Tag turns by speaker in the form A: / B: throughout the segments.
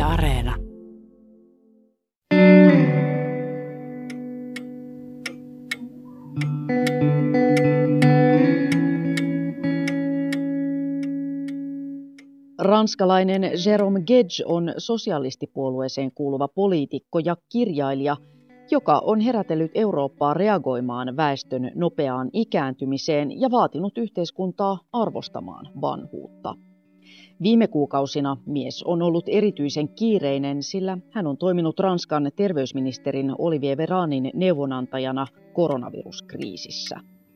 A: Areena.
B: Ranskalainen Jérôme Gedge on sosialistipuolueeseen kuuluva poliitikko ja kirjailija, joka on herätellyt Eurooppaa reagoimaan väestön nopeaan ikääntymiseen ja vaatinut yhteiskuntaa arvostamaan vanhuutta. Viime kuukausina mies on ollut erityisen kiireinen, sillä hän on toiminut Ranskan terveysministerin Olivier Véranin neuvonantajana koronaviruskriisissä.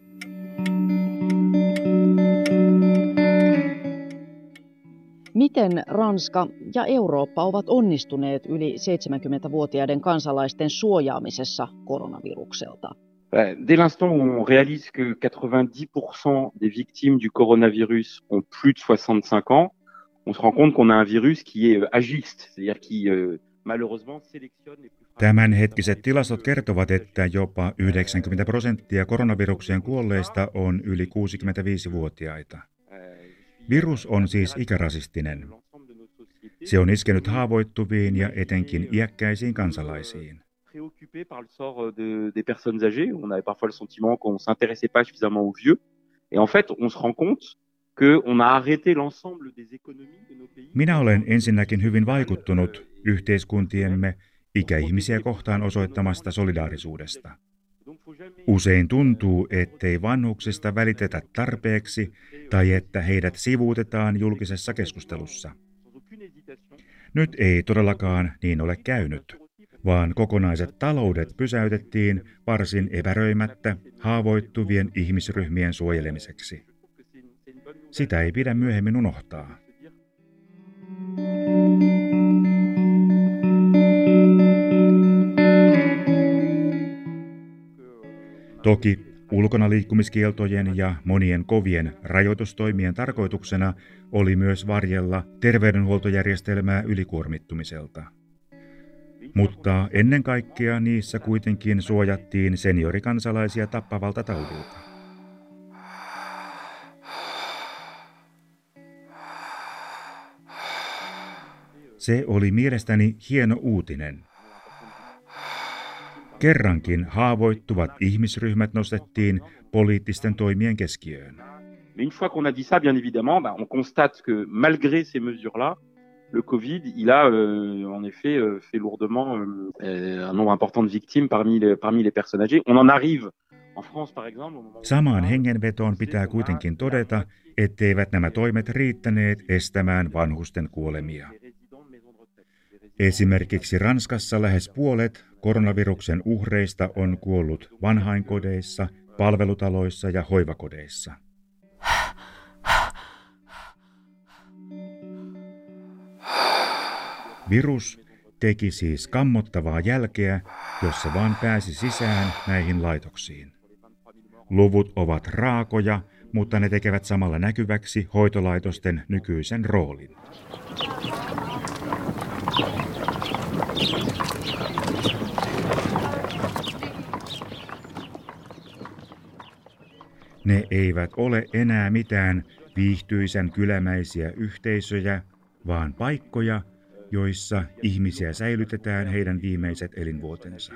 B: Miten Ranska ja Eurooppa ovat onnistuneet yli 70-vuotiaiden kansalaisten suojaamisessa koronavirukselta?
C: Dès l'instant où on réalise que 90% des victimes du coronavirus ont plus de 65 ans, on se rend compte qu'on a un virus qui est agiste, c'est-à-dire qui malheureusement sélectionne les plus fragiles.
D: Tämänhetkiset tilastot kertovat, että jopa 90% koronavirukseen kuolleista on yli 65-vuotiaita. Virus on siis ikärasistinen. Se on iskenyt haavoittuviin ja etenkin iäkkäisiin kansalaisiin.
C: Préoccupé par le sort des personnes âgées, on avait parfois le sentiment qu'on s'intéressait pas suffisamment aux vieux. Et en fait, on se rend compte qu'on a arrêté l'ensemble des économies de nos pays.
D: Minä olen ensinnäkin hyvin vaikuttunut yhteiskuntiemme ikäihmisiä kohtaan osoittamasta solidaarisuudesta. Usein tuntuu, ettei vanhuksista välitetä tarpeeksi tai että heidät sivuutetaan julkisessa keskustelussa. Nyt ei todellakaan niin ole käynyt, vaan kokonaiset taloudet pysäytettiin varsin epäröimättä haavoittuvien ihmisryhmien suojelemiseksi. Sitä ei pidä myöhemmin unohtaa. Toki ulkonaliikkumiskieltojen ja monien kovien rajoitustoimien tarkoituksena oli myös varjella terveydenhuoltojärjestelmää ylikuormittumiselta. Mutta ennen kaikkea niissä kuitenkin suojattiin seniorikansalaisia tappavalta taudilta. Se oli mielestäni hieno uutinen. Kerrankin haavoittuvat ihmisryhmät nostettiin poliittisten toimien keskiöön.
C: Mais une fois qu'on a dit ça, bien évidemment, on constate que malgré ces mesures-là, le Covid, il a en effet fait lourdement un nombre important de victimes parmi les personnes âgées. On en arrive en France, par exemple.
D: Samaan hengenvetoon pitää kuitenkin todeta, etteivät nämä toimet riittäneet estämään vanhusten kuolemia. Esimerkiksi Ranskassa lähes puolet koronaviruksen uhreista on kuollut vanhainkodeissa, palvelutaloissa ja hoivakodeissa. Virus teki siis kammottavaa jälkeä, jos se vaan pääsi sisään näihin laitoksiin. Luvut ovat raakoja, mutta ne tekevät samalla näkyväksi hoitolaitosten nykyisen roolin. Ne eivät ole enää mitään viihtyisän kylämäisiä yhteisöjä, vaan paikkoja, joissa ihmisiä säilytetään heidän viimeiset elinvuotensa.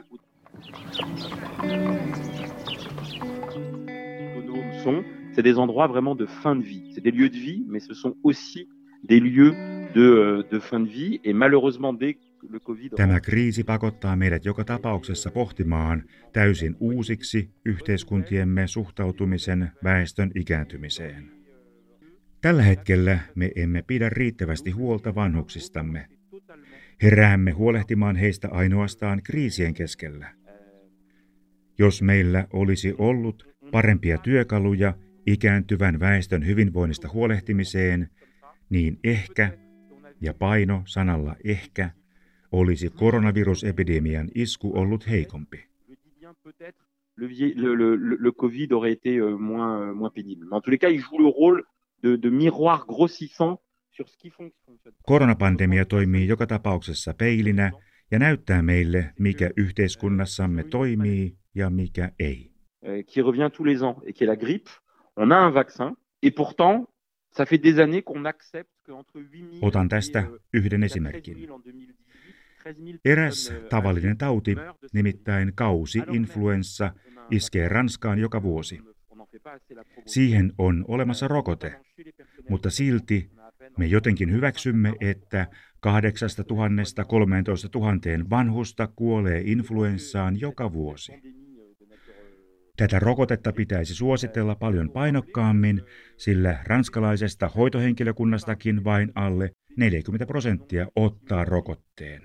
C: C'est des endroits vraiment de fin de vie. C'est des lieux de vie, mais ce sont aussi des lieux de fin de vie. Et malheureusement, dès le Covid...
D: Tämä kriisi pakottaa meidät joka tapauksessa pohtimaan täysin uusiksi yhteiskuntiemme suhtautumisen väestön ikääntymiseen. Tällä hetkellä me emme pidä riittävästi huolta vanhuksistamme. Heräämme huolehtimaan heistä ainoastaan kriisien keskellä. Jos meillä olisi ollut parempia työkaluja ikääntyvän väestön hyvinvoinnista huolehtimiseen, niin ehkä, ja paino sanalla ehkä, olisi koronavirusepidemian isku ollut heikompi.
C: Le Covid aurait été moins pénible. En tous les cas, il joue le rôle de miroir grossissant sur ce qui fonctionne.
D: Koronapandemia toimii joka tapauksessa peilinä ja näyttää meille, mikä yhteiskunnassamme toimii ja mikä ei.
C: Qui revient tous les ans et qui est la grippe. On a un vaccin et pourtant, ça fait des années qu'on accepte.
D: Otan tästä yhden esimerkin. Eräs tavallinen tauti, nimittäin kausi-influenssa, iskee Ranskaan joka vuosi. Siihen on olemassa rokote, mutta silti me jotenkin hyväksymme, että 8 000 13 000 vanhusta kuolee influenssaan joka vuosi. Tätä rokotetta pitäisi suositella paljon painokkaammin, sillä ranskalaisesta hoitohenkilökunnastakin vain alle 40% ottaa rokotteen.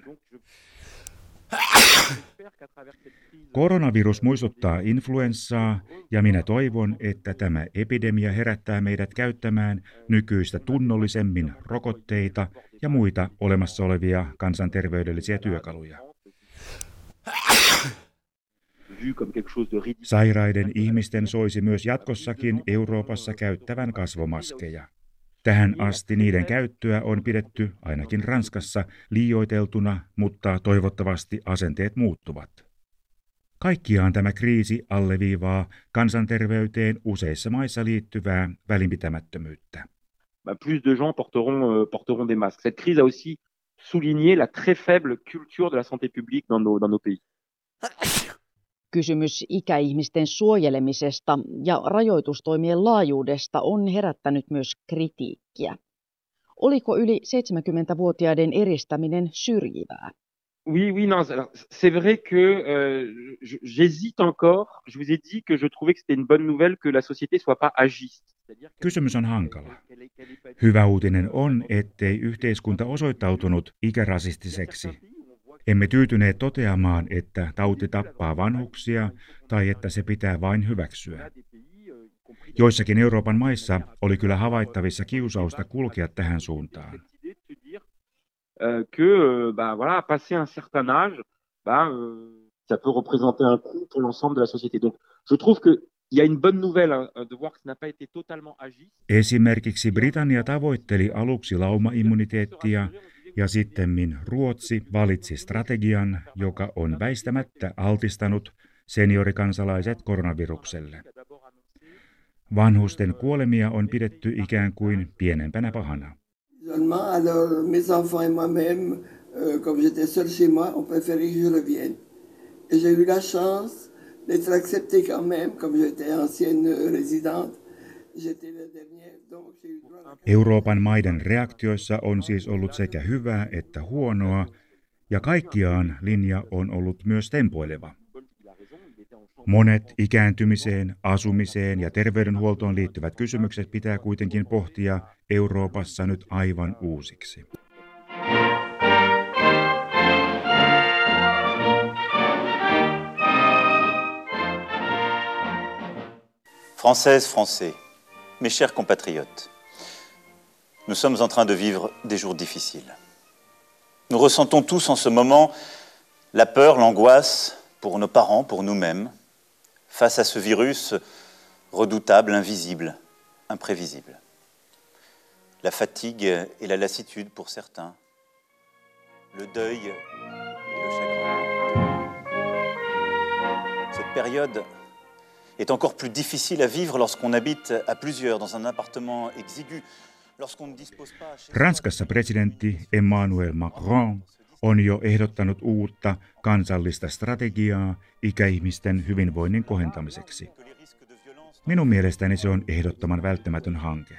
D: Koronavirus muistuttaa influenssaa ja minä toivon, että tämä epidemia herättää meidät käyttämään nykyistä tunnollisemmin rokotteita ja muita olemassa olevia kansanterveydellisiä työkaluja. Sairaiden ihmisten soisi myös jatkossakin Euroopassa käyttävän kasvomaskeja. Tähän asti niiden käyttöä on pidetty ainakin Ranskassa liioiteltuna, mutta toivottavasti asenteet muuttuvat. Kaikkiaan tämä kriisi alleviivaa kansanterveyteen useissa maissa liittyvää välinpitämättömyyttä.
C: Plus de gens porteront des masques. Cette crise a aussi souligné la très faible culture de la santé publique dans nos pays.
B: Kysymys ikäihmisten suojelemisesta ja rajoitustoimien laajuudesta on herättänyt myös kritiikkiä. Oliko yli 70-vuotiaiden eristäminen syrjivää?
C: Oui, non, c'est vrai que j'hésite encore. Je vous ai dit que je trouvais que c'était une bonne nouvelle que la société soit pas agiste.
D: Kysymys on hankala. Hyvä uutinen on, ettei yhteiskunta osoittautunut ikärasistiseksi. Emme tyytyneet toteamaan, että tauti tappaa vanhuksia tai että se pitää vain hyväksyä. Joissakin Euroopan maissa oli kyllä havaittavissa kiusausta kulkea tähän suuntaan.
C: Passé un certain âge, ça peut représenter un coût pour l'ensemble de la société. Donc, je trouve que il y a une bonne nouvelle de voir que ça n'a pas été totalement agiste.
D: Esimerkiksi Britannia tavoitteli aluksi laumaimmuniteettia ja sittemmin Ruotsi valitsi strategian, joka on väistämättä altistanut seniorikansalaiset koronavirukselle. Vanhusten kuolemia on pidetty ikään kuin pienempänä pahana.
A: Alors, mes enfants et moi-même, comme j'étais seul chez moi, on préférait que je revienne. Et j'ai eu la chance d'être acceptée quand même, comme j'étais ancienne résidente. J'étais la dernière, donc j'ai eu droit à...
D: Euroopan maiden reaktioissa on siis ollut sekä hyvää että huonoa, ja kaikkiaan linja on ollut myös tempoileva. Monet ikääntymiseen, asumiseen ja terveydenhuoltoon liittyvät kysymykset pitää kuitenkin pohtia Euroopassa nyt aivan uusiksi.
E: Françaises, Français, mes chers compatriotes, nous sommes en train de vivre des jours difficiles. Nous ressentons tous en ce moment la peur, l'angoisse pour nos parents, pour nous-mêmes, face à ce virus redoutable, invisible, imprévisible. La fatigue et la lassitude pour certains, le deuil et le chagrin. Cette période est encore plus difficile à vivre lorsqu'on habite à plusieurs dans un appartement exigu, lorsqu'on ne dispose pas...
D: Ranskassa presidentti Emmanuel Macron on jo ehdottanut uutta kansallista strategiaa ikäihmisten hyvinvoinnin kohentamiseksi. Minun mielestäni se on ehdottoman välttämätön hanke.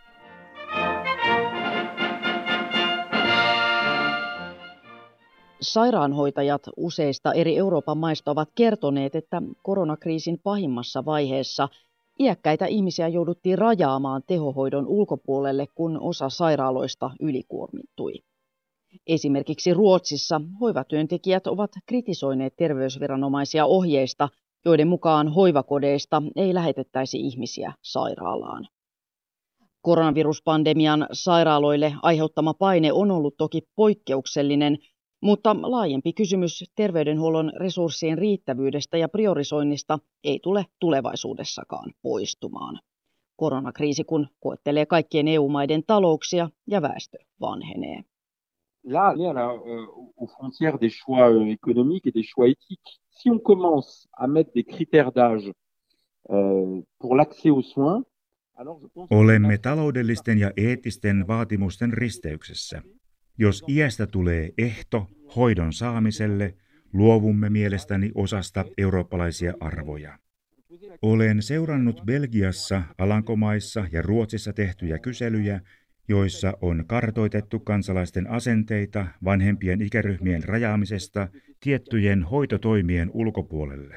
B: Sairaanhoitajat useista eri Euroopan maista ovat kertoneet, että koronakriisin pahimmassa vaiheessa iäkkäitä ihmisiä jouduttiin rajaamaan tehohoidon ulkopuolelle, kun osa sairaaloista ylikuormittui. Esimerkiksi Ruotsissa hoivatyöntekijät ovat kritisoineet terveysviranomaisia ohjeista, joiden mukaan hoivakodeista ei lähetettäisi ihmisiä sairaalaan. Koronaviruspandemian sairaaloille aiheuttama paine on ollut toki poikkeuksellinen, mutta laajempi kysymys terveydenhuollon resurssien riittävyydestä ja priorisoinnista ei tule tulevaisuudessakaan poistumaan. Koronakriisi kun koettelee kaikkien EU-maiden talouksia ja väestö vanhenee.
C: Là, aux frontières des choix économiques et des choix éthiques. Si on commence à mettre des critères d'âge pour l'accès aux soins,
D: Olemme taloudellisten ja eettisten vaatimusten risteyksessä. Jos iästä tulee ehto hoidon saamiselle, luovumme mielestäni osasta eurooppalaisia arvoja. Olen seurannut Belgiassa, Alankomaissa ja Ruotsissa tehtyjä kyselyjä, joissa on kartoitettu kansalaisten asenteita vanhempien ikäryhmien rajaamisesta tiettyjen hoitotoimien ulkopuolelle.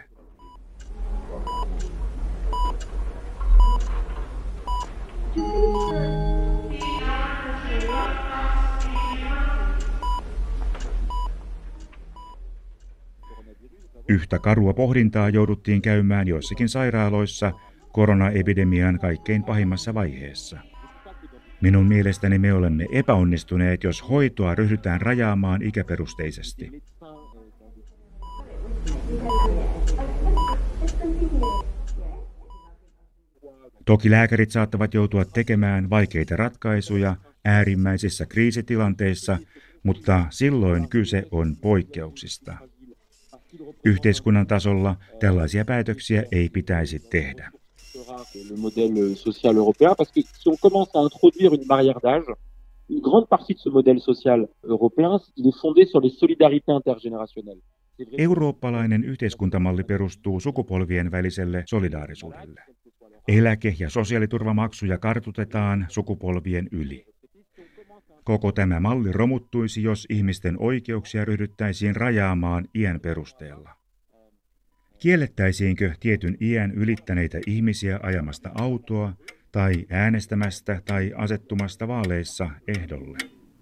D: Yhtä karua pohdintaa jouduttiin käymään joissakin sairaaloissa koronaepidemian kaikkein pahimmassa vaiheessa. Minun mielestäni me olemme epäonnistuneet, jos hoitoa ryhdytään rajaamaan ikäperusteisesti. Toki lääkärit saattavat joutua tekemään vaikeita ratkaisuja äärimmäisissä kriisitilanteissa, mutta silloin kyse on poikkeuksista. Yhteiskunnan tasolla tällaisia päätöksiä ei pitäisi tehdä.
C: Le modèle social européen, parce que si on commence à introduire une barrière d'âge, une grande partie de ce modèle social européen, il est fondé sur les solidarités intergénérationnelles.
D: Eurooppalainen yhteiskuntamalli perustuu sukupolvien väliselle solidaarisuudelle. Eläke- ja sosiaaliturvamaksuja kartutetaan sukupolvien yli. Koko tämä malli romuttuisi, jos ihmisten oikeuksia ryhdyttäisiin rajaamaan iän perusteella. Kiellettäisiinkö tietyn iän ylittäneitä ihmisiä ajamasta autoa tai äänestämästä tai asettumasta vaaleissa ehdolle?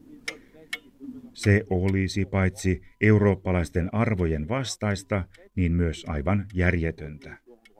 D: Se olisi paitsi eurooppalaisten arvojen vastaista, niin myös aivan järjetöntä.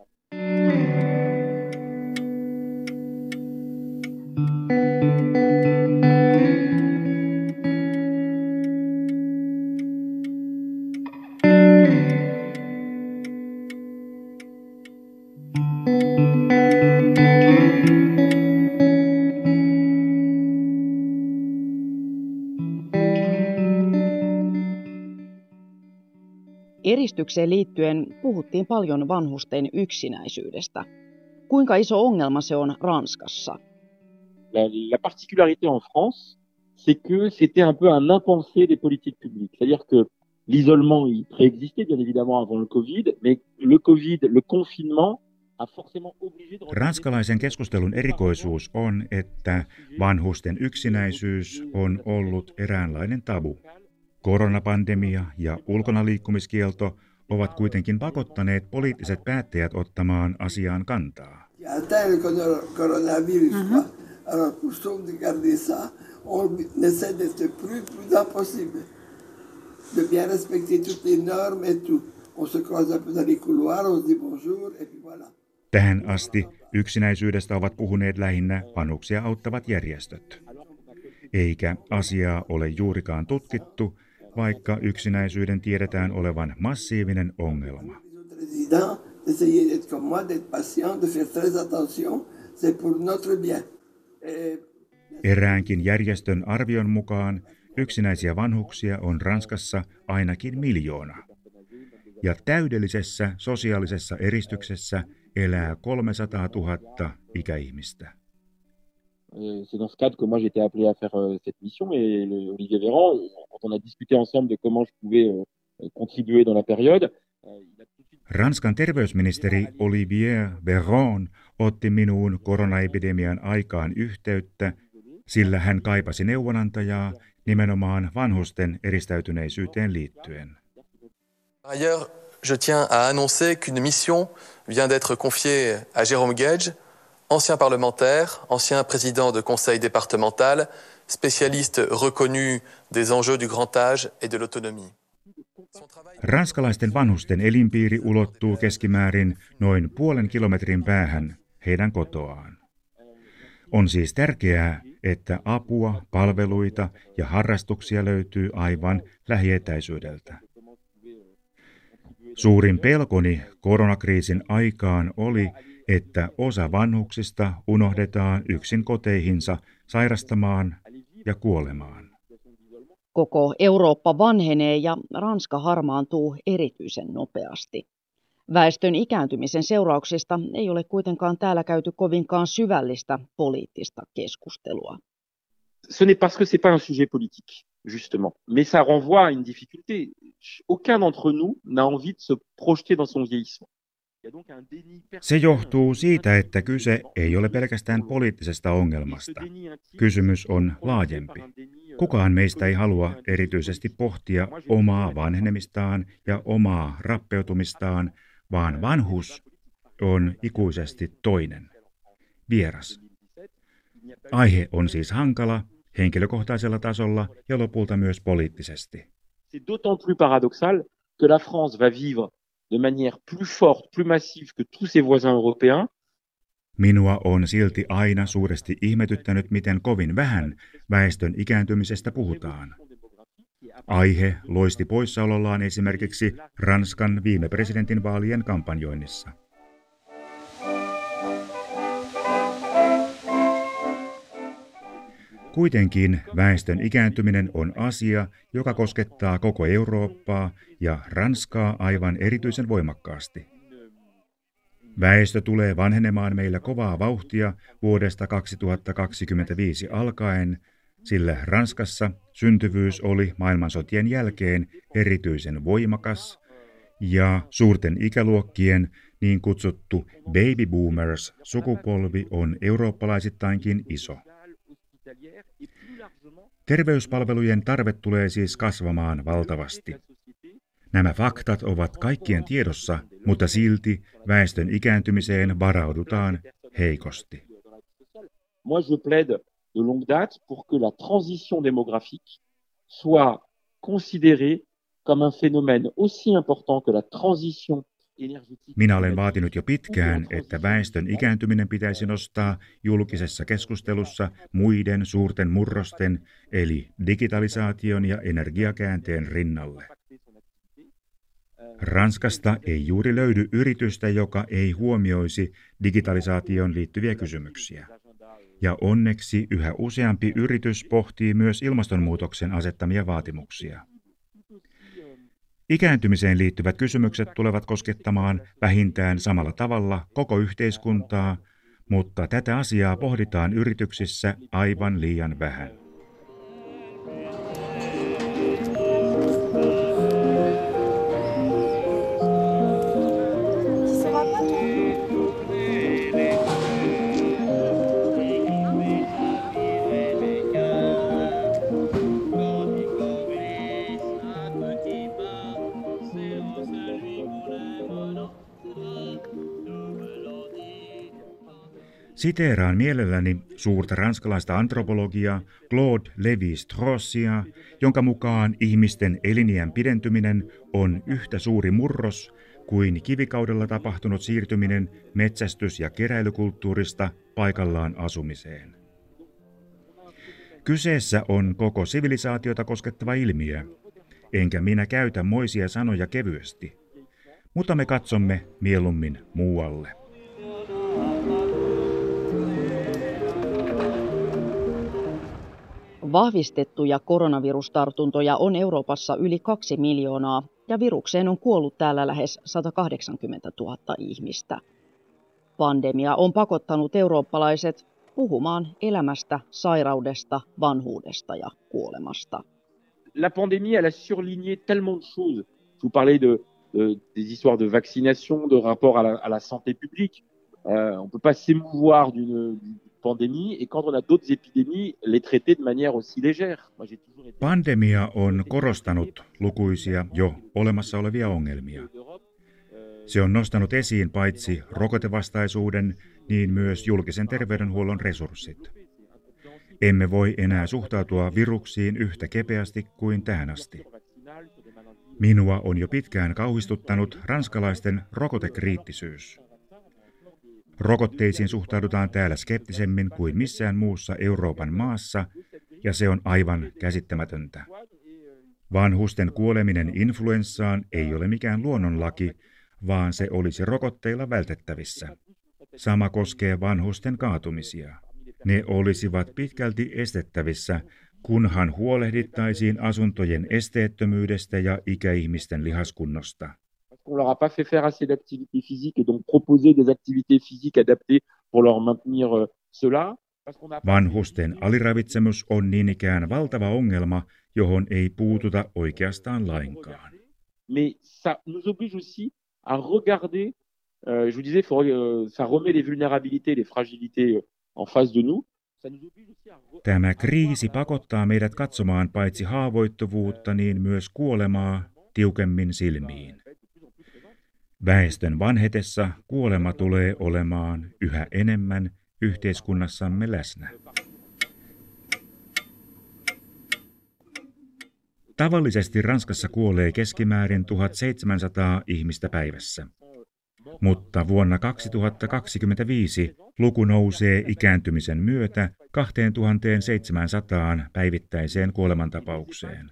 B: Eristykseen liittyen puhuttiin paljon vanhusten yksinäisyydestä. Kuinka iso ongelma se on Ranskassa?
C: La particularité en France, c'est que c'était un peu un impensé des politiques publiques. C'est-à-dire que l'isolement, il préexistait bien évidemment avant le Covid, mais le Covid, le confinement, a forcément obligé de...
D: Ranskalaisen keskustelun erikoisuus on, että vanhusten yksinäisyys on ollut eräänlainen tabu. Koronapandemia ja ulkonaliikkumiskielto ovat kuitenkin pakottaneet poliittiset päättäjät ottamaan asiaan kantaa. Tähän asti yksinäisyydestä ovat puhuneet lähinnä vanhuksia auttavat järjestöt. Eikä asiaa ole juurikaan tutkittu, vaikka yksinäisyyden tiedetään olevan massiivinen ongelma. Eräänkin järjestön arvion mukaan yksinäisiä vanhuksia on Ranskassa ainakin 1 miljoona. Ja täydellisessä sosiaalisessa eristyksessä elää 300 000 ikäihmistä.
C: C'est dans ce cadre que moi j'étais appelé à faire cette mission et Olivier Véran, quand on a discuté ensemble de comment je pouvais contribuer dans la période.
D: Ranskan terveysministeri Olivier Véran otti minuun koronaepidemian aikaan yhteyttä, sillä hän kaipasi neuvonantajaa nimenomaan vanhusten eristäytyneisyyteen liittyen.
F: Par ailleurs, je tiens à annoncer qu'une mission vient d'être confiée à Jérôme Guedj, ancien parlementaire, ancien président de conseil départemental, spécialiste reconnu des enjeux du grand âge et de l'autonomie.
D: Ranskalaisten vanhusten elinpiiri ulottuu keskimäärin noin 0,5 kilometrin päähän heidän kotoaan. On siis tärkeää, että apua, palveluita ja harrastuksia löytyy aivan lähietäisyydeltä. Suurin pelkoni koronakriisin aikaan oli, että osa vanhuksista unohdetaan yksin koteihinsa sairastamaan ja kuolemaan.
B: Koko Eurooppa vanhenee ja Ranska harmaantuu erityisen nopeasti. Väestön ikääntymisen seurauksista ei ole kuitenkaan täällä käyty kovinkaan syvällistä poliittista keskustelua.
C: Ce n'est parce que c'est pas un sujet politique, justement. Mais ça renvoie à une difficulté. Aucun d'entre nous n'a envie de se projeter dans son vieillissement.
D: Se johtuu siitä, että kyse ei ole pelkästään poliittisesta ongelmasta. Kysymys on laajempi. Kukaan meistä ei halua erityisesti pohtia omaa vanhenemistaan ja omaa rappeutumistaan, vaan vanhuus on ikuisesti toinen, vieras. Aihe on siis hankala henkilökohtaisella tasolla ja lopulta myös poliittisesti.
C: C'est d'autant plus paradoxal que la France va vivre de manière plus forte, plus massive que tous ses voisins européens.
D: Minua on silti aina suuresti ihmetyttänyt, miten kovin vähän väestön ikääntymisestä puhutaan. Aihe loisti poissaolollaan esimerkiksi Ranskan viime presidentinvaalien kampanjoinnissa. Kuitenkin väestön ikääntyminen on asia, joka koskettaa koko Eurooppaa ja Ranskaa aivan erityisen voimakkaasti. Väestö tulee vanhenemaan meillä kovaa vauhtia vuodesta 2025 alkaen, sillä Ranskassa syntyvyys oli maailmansotien jälkeen erityisen voimakas ja suurten ikäluokkien niin kutsuttu baby boomers -sukupolvi on eurooppalaisittainkin iso. Terveyspalvelujen tarve tulee siis kasvamaan valtavasti. Nämä faktat ovat kaikkien tiedossa, mutta silti väestön ikääntymiseen varaudutaan heikosti.
C: Moi je plaide de longue date pour que la transition démographique soit considérée comme un phénomène aussi important que la transition énergétique.
D: Minä olen vaatinut jo pitkään, että väestön ikääntyminen pitäisi nostaa julkisessa keskustelussa muiden suurten murrosten, eli digitalisaation ja energiakäänteen rinnalle. Ranskasta ei juuri löydy yritystä, joka ei huomioisi digitalisaatioon liittyviä kysymyksiä. Ja onneksi yhä useampi yritys pohtii myös ilmastonmuutoksen asettamia vaatimuksia. Ikääntymiseen liittyvät kysymykset tulevat koskettamaan vähintään samalla tavalla koko yhteiskuntaa, mutta tätä asiaa pohditaan yrityksissä aivan liian vähän. Siteeraan mielelläni suurta ranskalaista antropologiaa Claude Lévi-Straussiä, jonka mukaan ihmisten eliniän pidentyminen on yhtä suuri murros kuin kivikaudella tapahtunut siirtyminen metsästys- ja keräilykulttuurista paikallaan asumiseen. Kyseessä on koko sivilisaatiota koskettava ilmiö, enkä minä käytä moisia sanoja kevyesti, mutta me katsomme mieluummin muualle.
B: Vahvistettuja koronavirustartuntoja on Euroopassa yli 2 miljoonaa ja virukseen on kuollut täällä lähes 180 000 ihmistä. Pandemia on pakottanut eurooppalaiset puhumaan elämästä, sairaudesta, vanhuudesta ja kuolemasta.
C: La pandémie, elle a surligné tellement de choses. Je vous parlais des histoires de vaccination, de rapport à la santé publique. On peut pas s'émouvoir d'une pandémie, et quand on a d'autres épidémies, les traiter de manière aussi légère.
D: Pandemia on korostanut lukuisia jo olemassa olevia ongelmia. Se on nostanut esiin paitsi rokotevastaisuuden, niin myös julkisen terveydenhuollon resurssit. Emme voi enää suhtautua viruksiin yhtä kepeästi kuin tähän asti. Minua on jo pitkään kauhistuttanut ranskalaisten rokotekriittisyys. Rokotteisiin suhtaudutaan täällä skeptisemmin kuin missään muussa Euroopan maassa, ja se on aivan käsittämätöntä. Vanhusten kuoleminen influenssaan ei ole mikään luonnonlaki, vaan se olisi rokotteilla vältettävissä. Sama koskee vanhusten kaatumisia. Ne olisivat pitkälti estettävissä, kunhan huolehdittaisiin asuntojen esteettömyydestä ja ikäihmisten lihaskunnosta.
C: qu'on leur a pas fait faire assez d'activités physiques et donc proposer des activités physiques adaptées pour leur maintenir cela.
D: Vanhusten aliravitsemus on niin ikään valtava ongelma, johon ei puututa oikeastaan lainkaan.
C: Mais ça nous oblige aussi à regarder, je vous disais, ça remet les vulnérabilités, les fragilités en face de nous.
D: Tämä kriisi pakottaa meidät katsomaan paitsi haavoittuvuutta, niin myös kuolemaa tiukemmin silmiin. Väestön vanhetessa kuolema tulee olemaan yhä enemmän yhteiskunnassamme läsnä. Tavallisesti Ranskassa kuolee keskimäärin 1700 ihmistä päivässä. Mutta vuonna 2025 luku nousee ikääntymisen myötä 2700 päivittäiseen kuolemantapaukseen.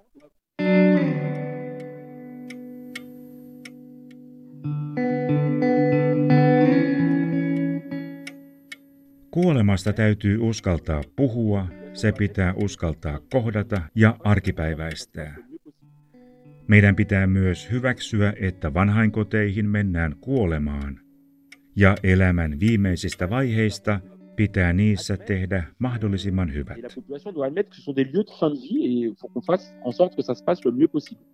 D: Kuolemasta täytyy uskaltaa puhua, se pitää uskaltaa kohdata ja arkipäiväistää. Meidän pitää myös hyväksyä, että vanhainkoteihin mennään kuolemaan, ja elämän viimeisistä vaiheista pitää niissä tehdä mahdollisimman hyvät.